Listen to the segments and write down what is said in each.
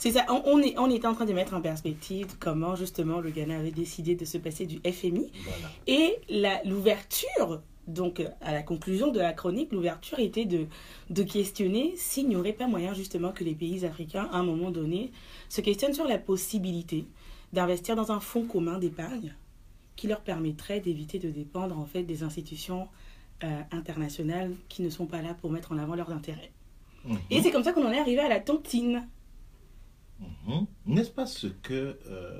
C'est ça, on était en train de mettre en perspective comment justement le Ghana avait décidé de se passer du FMI. Voilà. Et l'ouverture, donc à la conclusion de la chronique, l'ouverture était de questionner s'il n'y aurait pas moyen justement que les pays africains, à un moment donné, se questionnent sur la possibilité d'investir dans un fonds commun d'épargne qui leur permettrait d'éviter de dépendre en fait des institutions internationales qui ne sont pas là pour mettre en avant leurs intérêts. Et c'est comme ça qu'on en est arrivé à la tontine. N'est-ce pas ce que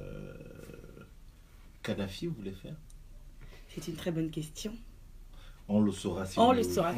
Kadhafi voulait faire? C'est une très bonne question. On le saura si on le saura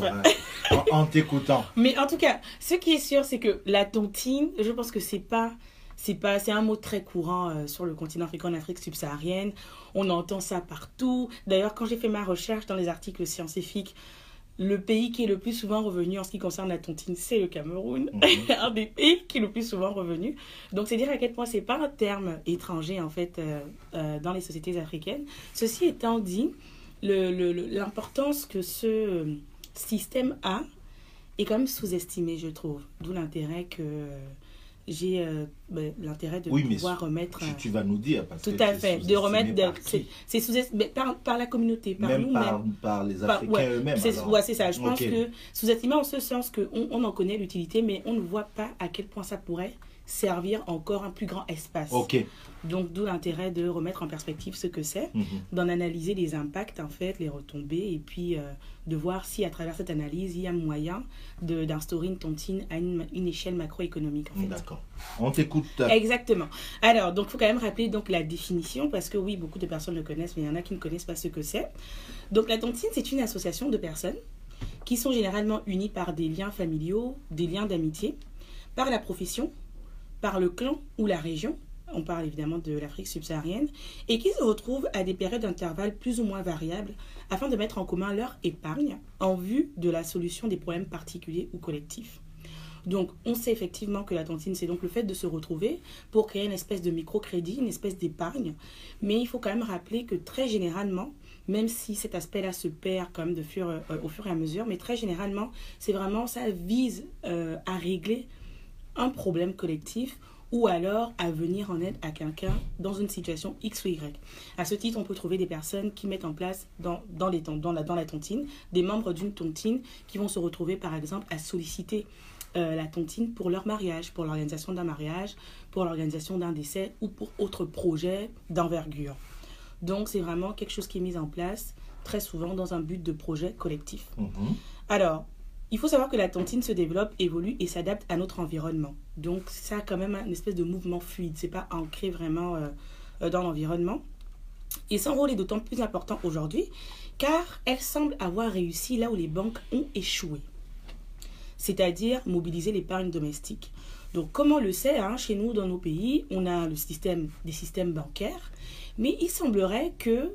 en t'écoutant. Mais en tout cas, ce qui est sûr, c'est que la tontine, je pense que c'est un mot très courant sur le continent africain, en Afrique subsaharienne. On entend ça partout. D'ailleurs, quand j'ai fait ma recherche dans les articles scientifiques, le pays qui est le plus souvent revenu en ce qui concerne la tontine, c'est le Cameroun. Un des pays qui est le plus souvent revenu. Donc, c'est dire à quel point c'est pas un terme étranger, en fait, dans les sociétés africaines. Ceci étant dit, l'importance que ce système a est quand même sous-estimée, je trouve. D'où l'intérêt que j'ai l'intérêt de pouvoir remettre... Tu vas nous dire, parce tout à fait, de remettre... C'est sous-estimé par la communauté, par nous-mêmes. Par les Africains eux-mêmes. C'est ça. Je pense que sous-estimé en ce sens qu'on en connaît l'utilité, mais on ne voit pas à quel point ça pourrait servir encore un plus grand espace. Donc, d'où l'intérêt de remettre en perspective ce que c'est, d'en analyser les impacts, en fait, les retombées, et puis de voir si, à travers cette analyse, il y a moyen d'instaurer une tontine à une échelle macroéconomique. En fait. D'accord. On t'écoute. Exactement. Alors, donc, il faut quand même rappeler donc, la définition, parce que oui, beaucoup de personnes le connaissent, mais il y en a qui ne connaissent pas ce que c'est. Donc, la tontine, c'est une association de personnes qui sont généralement unies par des liens familiaux, des liens d'amitié, par la profession, par le clan ou la région, on parle évidemment de l'Afrique subsaharienne, et qui se retrouvent à des périodes d'intervalle plus ou moins variables afin de mettre en commun leur épargne en vue de la solution des problèmes particuliers ou collectifs. Donc, on sait effectivement que la tontine, c'est donc le fait de se retrouver pour créer une espèce de microcrédit, une espèce d'épargne, mais il faut quand même rappeler que très généralement, même si cet aspect-là se perd quand même au fur et à mesure, mais très généralement, c'est vraiment, ça vise à régler un problème collectif ou alors à venir en aide à quelqu'un dans une situation X ou Y. À ce titre, on peut trouver des personnes qui mettent en place dans la tontine, des membres d'une tontine qui vont se retrouver par exemple à solliciter la tontine pour leur mariage, pour l'organisation d'un mariage, pour l'organisation d'un décès ou pour autre projet d'envergure. Donc c'est vraiment quelque chose qui est mis en place très souvent dans un but de projet collectif. Alors, il faut savoir que la tontine se développe, évolue et s'adapte à notre environnement. Donc, ça a quand même une espèce de mouvement fluide. Ce n'est pas ancré vraiment dans l'environnement. Et son rôle est d'autant plus important aujourd'hui, car elle semble avoir réussi là où les banques ont échoué. C'est-à-dire mobiliser l'épargne domestique. Donc, comme on le sait, chez nous, dans nos pays, on a des systèmes bancaires. Mais il semblerait que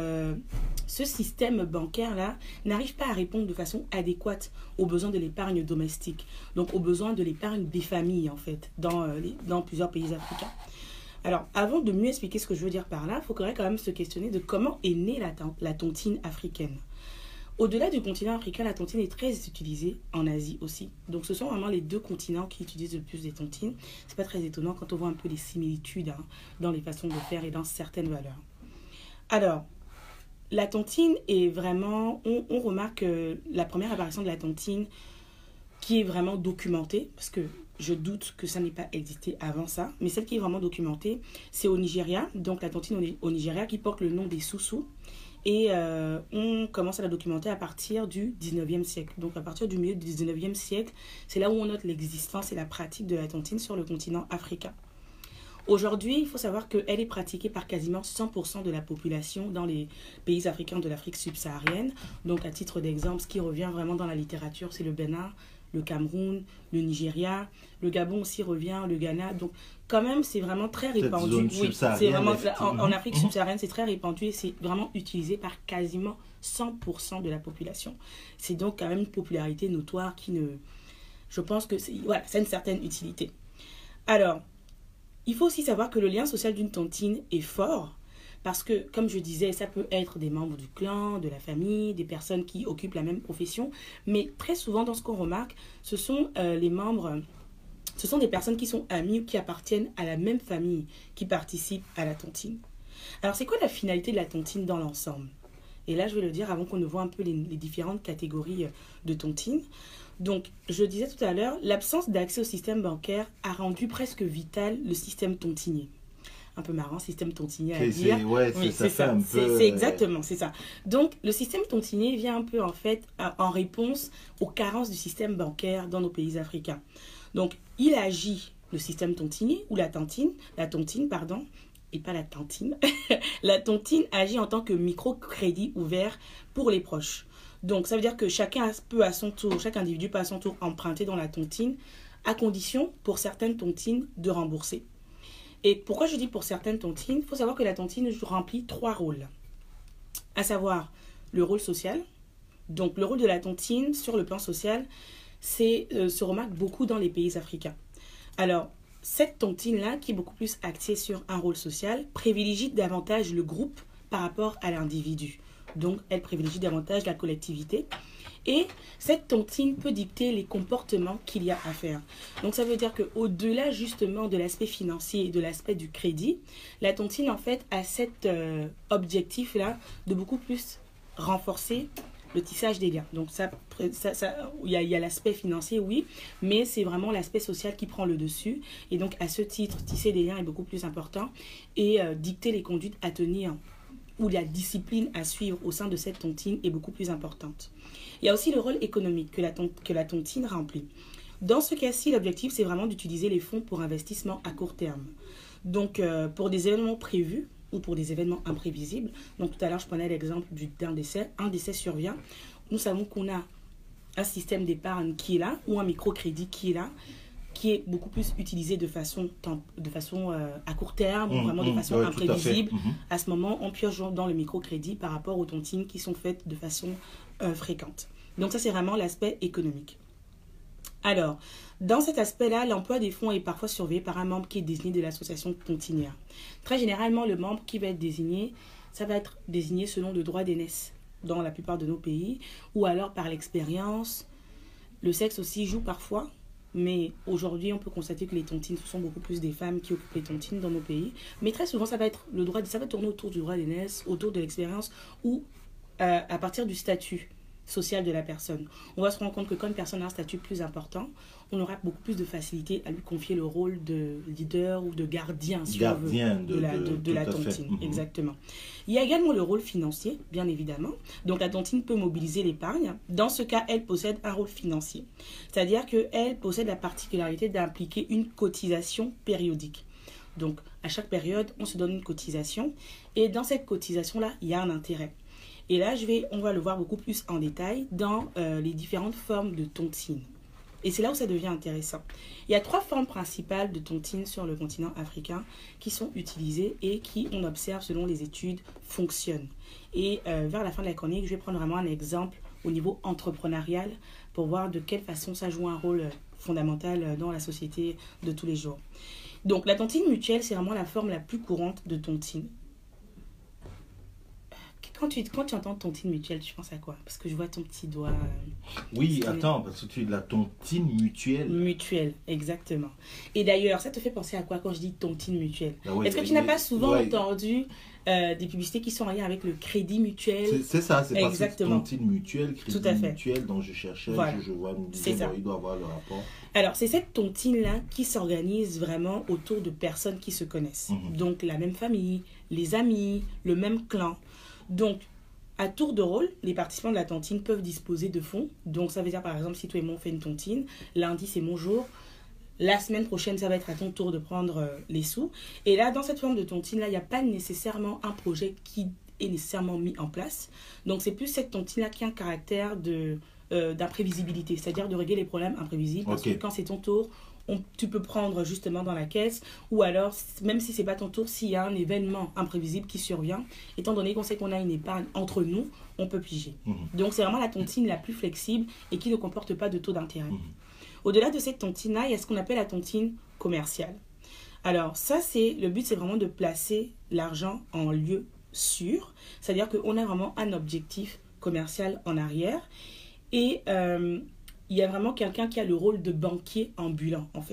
ce système bancaire-là n'arrive pas à répondre de façon adéquate aux besoins de l'épargne domestique, donc aux besoins de l'épargne des familles, en fait, dans plusieurs pays africains. Alors, avant de mieux expliquer ce que je veux dire par là, il faut quand même se questionner de comment est née la tontine africaine. Au-delà du continent africain, la tontine est très utilisée en Asie aussi. Donc, ce sont vraiment les deux continents qui utilisent le plus des tontines. Ce n'est pas très étonnant quand on voit un peu les similitudes dans les façons de faire et dans certaines valeurs. Alors, la tontine est vraiment... On remarque la première apparition de la tontine qui est vraiment documentée, parce que je doute que ça n'ait pas existé avant ça, mais celle qui est vraiment documentée, c'est au Nigeria. Donc, la tontine au Nigeria qui porte le nom des Soussous. Et on commence à la documenter à partir du 19e siècle. Donc à partir du milieu du 19e siècle, c'est là où on note l'existence et la pratique de la tontine sur le continent africain. Aujourd'hui, il faut savoir qu'elle est pratiquée par quasiment 100% de la population dans les pays africains de l'Afrique subsaharienne. Donc à titre d'exemple, ce qui revient vraiment dans la littérature, c'est le Bénin, le Cameroun, le Nigeria, le Gabon aussi revient, le Ghana. Donc, quand même, c'est vraiment très répandu. Oui, c'est vraiment, en Afrique subsaharienne, c'est très répandu et c'est vraiment utilisé par quasiment 100% de la population. C'est donc quand même une popularité notoire qui ne... Je pense que c'est une certaine utilité. Alors, il faut aussi savoir que le lien social d'une tontine est fort. Parce que, comme je disais, ça peut être des membres du clan, de la famille, des personnes qui occupent la même profession. Mais très souvent, dans ce qu'on remarque, ce sont ce sont des personnes qui sont amies ou qui appartiennent à la même famille qui participent à la tontine. Alors, c'est quoi la finalité de la tontine dans l'ensemble? Et là, je vais le dire avant qu'on ne voit un peu les différentes catégories de tontine. Donc, je disais tout à l'heure, l'absence d'accès au système bancaire a rendu presque vital le système tontinier. Un peu marrant, système tontinier à dire. Ouais, oui, ça fait un peu... C'est exactement, c'est ça. Donc, le système tontinier vient un peu, en fait, en réponse aux carences du système bancaire dans nos pays africains. Donc, il agit, le système tontinier, ou la tontine, pardon, et pas la tantine. La tontine agit en tant que microcrédit ouvert pour les proches. Donc, ça veut dire que chaque individu peut à son tour emprunter dans la tontine, à condition, pour certaines tontines, de rembourser. Et pourquoi je dis pour certaines tontines? Il faut savoir que la tontine remplit 3 rôles. À savoir, le rôle social. Donc, le rôle de la tontine, sur le plan social, se remarque beaucoup dans les pays africains. Alors, cette tontine-là, qui est beaucoup plus axée sur un rôle social, privilégie davantage le groupe par rapport à l'individu. Donc, elle privilégie davantage la collectivité. Et cette tontine peut dicter les comportements qu'il y a à faire. Donc, ça veut dire qu'au-delà justement de l'aspect financier et de l'aspect du crédit, la tontine, en fait, a cet objectif-là de beaucoup plus renforcer le tissage des liens. Donc, il y a l'aspect financier, oui, mais c'est vraiment l'aspect social qui prend le dessus. Et donc, à ce titre, tisser des liens est beaucoup plus important et dicter les conduites à tenir ou la discipline à suivre au sein de cette tontine est beaucoup plus importante. Il y a aussi le rôle économique que la tontine remplit. Dans ce cas-ci, l'objectif, c'est vraiment d'utiliser les fonds pour investissement à court terme. Donc, pour des événements prévus, ou pour des événements imprévisibles. Donc tout à l'heure, je prenais l'exemple d'un décès. Un décès survient. Nous savons qu'on a un système d'épargne qui est là, ou un microcrédit qui est là, qui est beaucoup plus utilisé de façon à court terme, ou vraiment de façon imprévisible. À ce moment, on pioche dans le microcrédit par rapport aux tontines qui sont faites de façon fréquente. Donc ça, c'est vraiment l'aspect économique. Alors, dans cet aspect-là, l'emploi des fonds est parfois surveillé par un membre qui est désigné de l'association tontinière. Très généralement, le membre qui va être désigné, ça va être désigné selon le droit d'aînesse dans la plupart de nos pays, ou alors par l'expérience. Le sexe aussi joue parfois, mais aujourd'hui, on peut constater que les tontines, ce sont beaucoup plus des femmes qui occupent les tontines dans nos pays. Mais très souvent, ça va tourner autour du droit d'aînesse, autour de l'expérience, ou à partir du statut social de la personne. On va se rendre compte que quand une personne a un statut plus important, on aura beaucoup plus de facilité à lui confier le rôle de leader ou de gardien, si on veut, de la tontine. Exactement. Il y a également le rôle financier, bien évidemment. Donc la tontine peut mobiliser l'épargne. Dans ce cas, elle possède un rôle financier. C'est-à-dire qu'elle possède la particularité d'impliquer une cotisation périodique. Donc à chaque période, on se donne une cotisation. Et dans cette cotisation-là, il y a un intérêt. Et là, on va le voir beaucoup plus en détail dans les différentes formes de tontine. Et c'est là où ça devient intéressant. Il y a 3 formes principales de tontine sur le continent africain qui sont utilisées et qui, on observe selon les études, fonctionnent. Et vers la fin de la chronique, je vais prendre vraiment un exemple au niveau entrepreneurial pour voir de quelle façon ça joue un rôle fondamental dans la société de tous les jours. Donc, la tontine mutuelle, c'est vraiment la forme la plus courante de tontine. Quand tu entends tontine mutuelle, tu penses à quoi? Parce que je vois ton petit doigt. Oui, attends, parce que tu dis la tontine mutuelle. Mutuelle, exactement. Et d'ailleurs, ça te fait penser à quoi quand je dis tontine mutuelle? Oui, est-ce que tu n'as pas souvent entendu des publicités qui sont en lien avec le crédit mutuel? C'est ça, c'est parce que exactement. Tontine mutuelle, crédit mutuel, dont je cherchais, voilà. je vois, il doit avoir le rapport. Alors, c'est cette tontine-là qui s'organise vraiment autour de personnes qui se connaissent. Donc, la même famille, les amis, le même clan. Donc, à tour de rôle, les participants de la tontine peuvent disposer de fonds. Donc, ça veut dire, par exemple, si toi et moi on fait une tontine, lundi, c'est mon jour. La semaine prochaine, ça va être à ton tour de prendre les sous. Et là, dans cette forme de tontine-là, il n'y a pas nécessairement un projet qui est nécessairement mis en place. Donc, c'est plus cette tontine-là qui a un caractère d'imprévisibilité, c'est-à-dire de régler les problèmes imprévisibles. Parce que quand c'est ton tour, tu peux prendre justement dans la caisse, ou alors, même si ce n'est pas ton tour, s'il y a un événement imprévisible qui survient, étant donné qu'on sait qu'on a une épargne entre nous, on peut piger. Donc, c'est vraiment la tontine la plus flexible et qui ne comporte pas de taux d'intérêt. Au-delà de cette tontine-là, il y a ce qu'on appelle la tontine commerciale. Alors, le but, c'est vraiment de placer l'argent en lieu sûr, c'est-à-dire qu'on a vraiment un objectif commercial en arrière, et il y a vraiment quelqu'un qui a le rôle de banquier ambulant, en fait.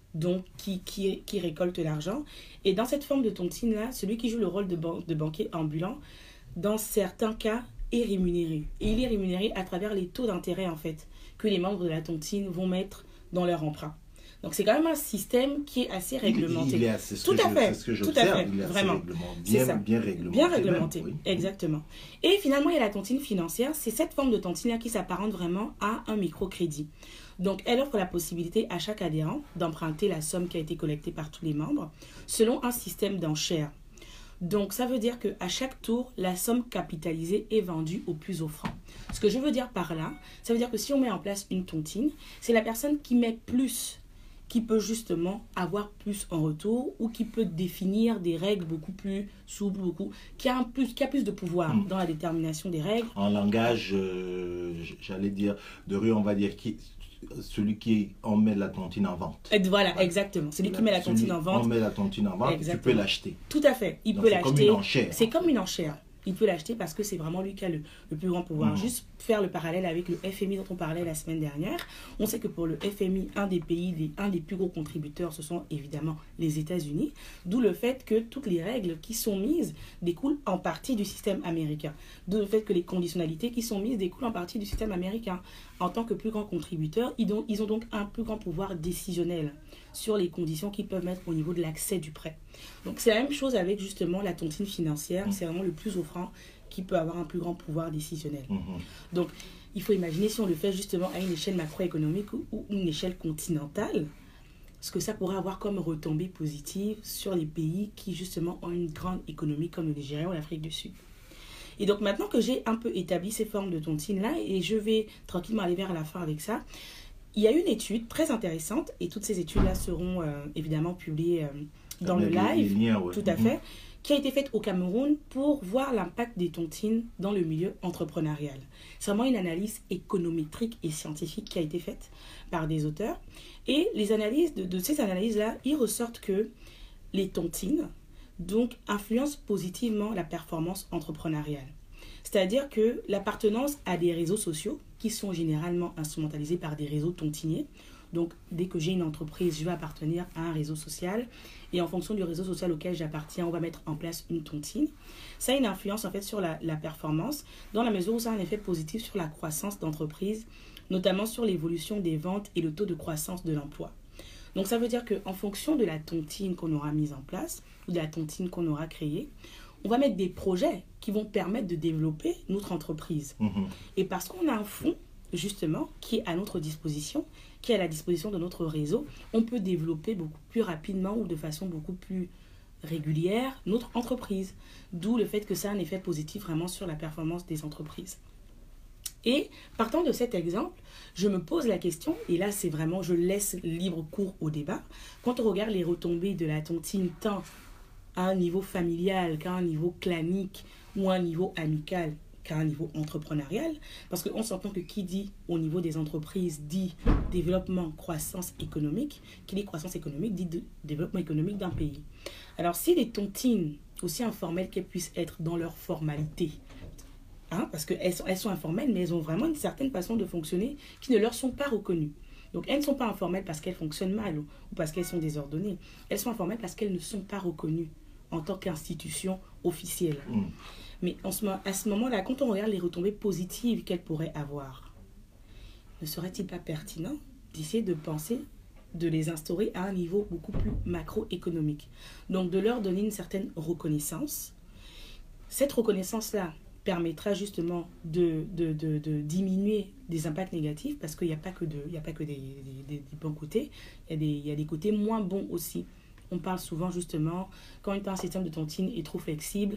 donc qui récolte l'argent. Et dans cette forme de tontine-là, celui qui joue le rôle de banquier ambulant, dans certains cas, est rémunéré. Et il est rémunéré à travers les taux d'intérêt, en fait, que les membres de la tontine vont mettre dans leur emprunt. Donc c'est quand même un système qui est assez réglementé. Il est assez, tout à fait, c'est ce que tout à fait, il est vraiment. Bien réglementé. Bien réglementé, même, oui. Exactement. Et finalement, il y a la tontine financière. C'est cette forme de tontine-là qui s'apparente vraiment à un microcrédit. Donc, elle offre la possibilité à chaque adhérent d'emprunter la somme qui a été collectée par tous les membres selon un système d'enchères. Donc, ça veut dire qu'à chaque tour, la somme capitalisée est vendue au plus offrant. Ce que je veux dire par là, ça veut dire que si on met en place une tontine, c'est la personne qui met plus qui peut justement avoir plus en retour ou qui peut définir des règles beaucoup plus souples, qui a plus de pouvoir dans la détermination des règles. En langage, j'allais dire, de rue, on va dire, celui qui en met la tontine en vente. Et voilà, exactement. Celui qui met la tontine en vente. On met la tontine en vente, tu peux l'acheter. Tout à fait, il peut l'acheter. C'est comme une enchère. C'est comme une enchère. Il peut l'acheter parce que c'est vraiment lui qui a le plus grand pouvoir. Juste faire le parallèle avec le FMI dont on parlait la semaine dernière. On sait que pour le FMI, un des plus gros contributeurs, ce sont évidemment les États-Unis. D'où le fait que toutes les règles qui sont mises découlent en partie du système américain. D'où le fait que les conditionnalités qui sont mises découlent en partie du système américain. En tant que plus grand contributeur, ils ont donc un plus grand pouvoir décisionnel sur les conditions qu'ils peuvent mettre au niveau de l'accès du prêt. Donc c'est la même chose avec justement la tontine financière. C'est vraiment le plus offrant qui peut avoir un plus grand pouvoir décisionnel. Donc il faut imaginer si on le fait justement à une échelle macroéconomique ou une échelle continentale, ce que ça pourrait avoir comme retombée positive sur les pays qui justement ont une grande économie comme le Nigeria ou l'Afrique du Sud. Et donc maintenant que j'ai un peu établi ces formes de tontine-là, et je vais tranquillement aller vers la fin avec ça, il y a une étude très intéressante, et toutes ces études-là seront évidemment publiées dans le live, tout à fait, qui a été faite au Cameroun pour voir l'impact des tontines dans le milieu entrepreneurial. C'est vraiment une analyse économétrique et scientifique qui a été faite par des auteurs. Et les analyses de ces analyses-là, il ressortent que les tontines donc influencent positivement la performance entrepreneuriale. C'est-à-dire que l'appartenance à des réseaux sociaux qui sont généralement instrumentalisés par des réseaux tontiniers. Donc, dès que j'ai une entreprise, je vais appartenir à un réseau social. Et en fonction du réseau social auquel j'appartiens, on va mettre en place une tontine. Ça a une influence en fait sur la performance, dans la mesure où ça a un effet positif sur la croissance d'entreprise, notamment sur l'évolution des ventes et le taux de croissance de l'emploi. Donc, ça veut dire qu'en fonction de la tontine qu'on aura mise en place, ou de la tontine qu'on aura créée, on va mettre des projets qui vont permettre de développer notre entreprise. Et parce qu'on a un fonds, justement, qui est à notre disposition, qui est à la disposition de notre réseau, on peut développer beaucoup plus rapidement ou de façon beaucoup plus régulière notre entreprise. D'où le fait que ça a un effet positif vraiment sur la performance des entreprises. Et partant de cet exemple, je me pose la question, et là c'est vraiment, je laisse libre cours au débat, quand on regarde les retombées de la tontine tant à un niveau familial qu'à un niveau clanique ou à un niveau amical qu'à un niveau entrepreneurial, parce qu'on s'entend que qui dit au niveau des entreprises dit développement, croissance économique, qui dit croissance économique dit développement économique d'un pays. Alors si les tontines, aussi informelles qu'elles puissent être dans leur formalité, parce qu'elles sont informelles, mais elles ont vraiment une certaine façon de fonctionner qui ne leur sont pas reconnues. Donc elles ne sont pas informelles parce qu'elles fonctionnent mal ou parce qu'elles sont désordonnées. Elles sont informelles parce qu'elles ne sont pas reconnues en tant qu'institution officielle. Mais à ce moment-là, quand on regarde les retombées positives qu'elles pourraient avoir, ne serait-il pas pertinent d'essayer de penser de les instaurer à un niveau beaucoup plus macroéconomique? Donc de leur donner une certaine reconnaissance. Cette reconnaissance-là permettra justement de diminuer des impacts négatifs, parce qu'il n'y a pas que des bons côtés, il y a des côtés moins bons aussi. On parle souvent justement, quand un système de tontine est trop flexible,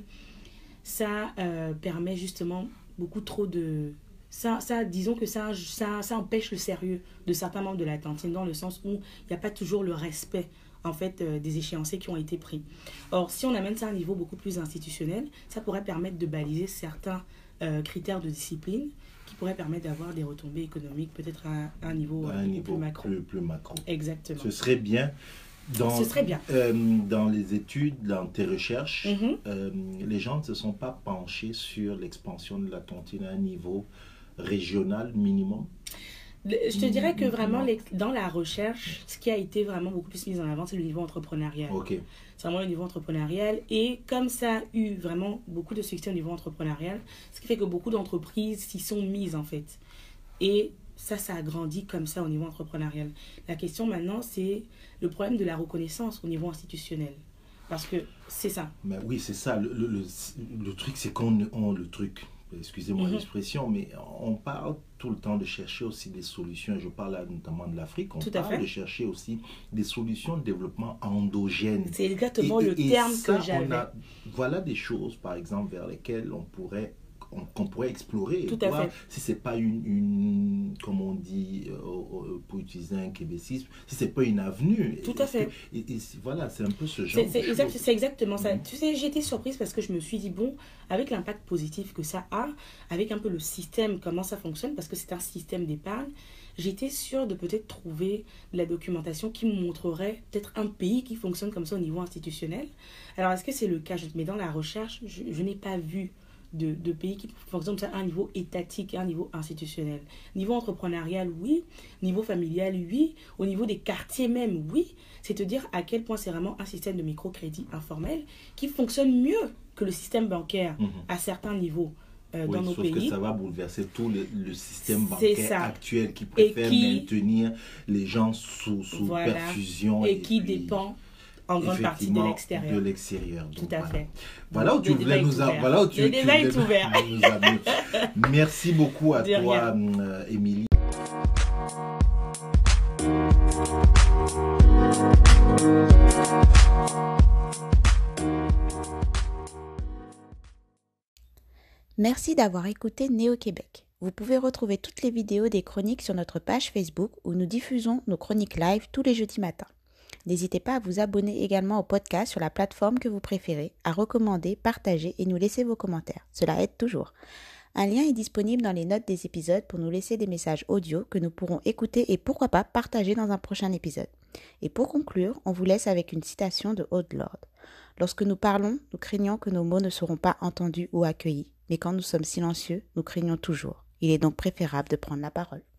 ça permet justement beaucoup trop de... disons que ça empêche le sérieux de certains membres de la tontine, dans le sens où il n'y a pas toujours le respect en fait, des échéanciers qui ont été pris. Or, si on amène ça à un niveau beaucoup plus institutionnel, ça pourrait permettre de baliser certains critères de discipline qui pourraient permettre d'avoir des retombées économiques peut-être à un niveau plus macro. Plus macro. Exactement. Ce serait bien. Ce serait bien. Dans les études, dans tes recherches, les gens ne se sont pas penchés sur l'expansion de la tontine à un niveau régional minimum? Je te dirais que vraiment, dans la recherche, ce qui a été vraiment beaucoup plus mis en avant, c'est le niveau entrepreneurial. Ok. C'est vraiment le niveau entrepreneurial. Et comme ça a eu vraiment beaucoup de succès au niveau entrepreneurial, ce qui fait que beaucoup d'entreprises s'y sont mises, en fait. Et ça a grandi comme ça au niveau entrepreneurial. La question maintenant, c'est le problème de la reconnaissance au niveau institutionnel. Parce que c'est ça. Mais oui, c'est ça. Le truc, c'est le truc, excusez-moi l'expression, mais on parle tout le temps de chercher aussi des solutions. Je parle là notamment de l'Afrique. On parle de chercher aussi des solutions de développement endogène. C'est exactement le terme ça, que j'avais. Voilà des choses, par exemple, vers lesquelles qu'on pourrait explorer tout et à voir fait. si c'est pas comme on dit pour utiliser un québécisme, si c'est pas une avenue. Tout à fait. Voilà, c'est un peu ce genre c'est exactement ça. Tu sais, j'ai été surprise parce que je me suis dit, bon, avec l'impact positif que ça a, avec un peu le système, comment ça fonctionne, parce que c'est un système d'épargne, j'étais sûre de peut-être trouver de la documentation qui me montrerait peut-être un pays qui fonctionne comme ça au niveau institutionnel. Alors, est-ce que c'est le cas? Mais dans la recherche, je n'ai pas vu de pays qui fonctionnent à un niveau étatique et un niveau institutionnel. Niveau entrepreneurial, oui. Niveau familial, oui. Au niveau des quartiers même, oui. C'est te dire à quel point c'est vraiment un système de microcrédit informel qui fonctionne mieux que le système bancaire à certains niveaux dans nos pays. Sauf que ça va bouleverser tout le système bancaire actuel qui préfère maintenir les gens sous perfusion. Et qui dépend en grande partie de l'extérieur. Tout à fait. Voilà où tu voulais nous amener. Merci beaucoup à toi, Émilie. Merci d'avoir écouté Néo-Québec. Vous pouvez retrouver toutes les vidéos des chroniques sur notre page Facebook où nous diffusons nos chroniques live tous les jeudis matins. N'hésitez pas à vous abonner également au podcast sur la plateforme que vous préférez, à recommander, partager et nous laisser vos commentaires. Cela aide toujours. Un lien est disponible dans les notes des épisodes pour nous laisser des messages audio que nous pourrons écouter et pourquoi pas partager dans un prochain épisode. Et pour conclure, on vous laisse avec une citation de Audre Lorde. Lorsque nous parlons, nous craignons que nos mots ne seront pas entendus ou accueillis. Mais quand nous sommes silencieux, nous craignons toujours. Il est donc préférable de prendre la parole.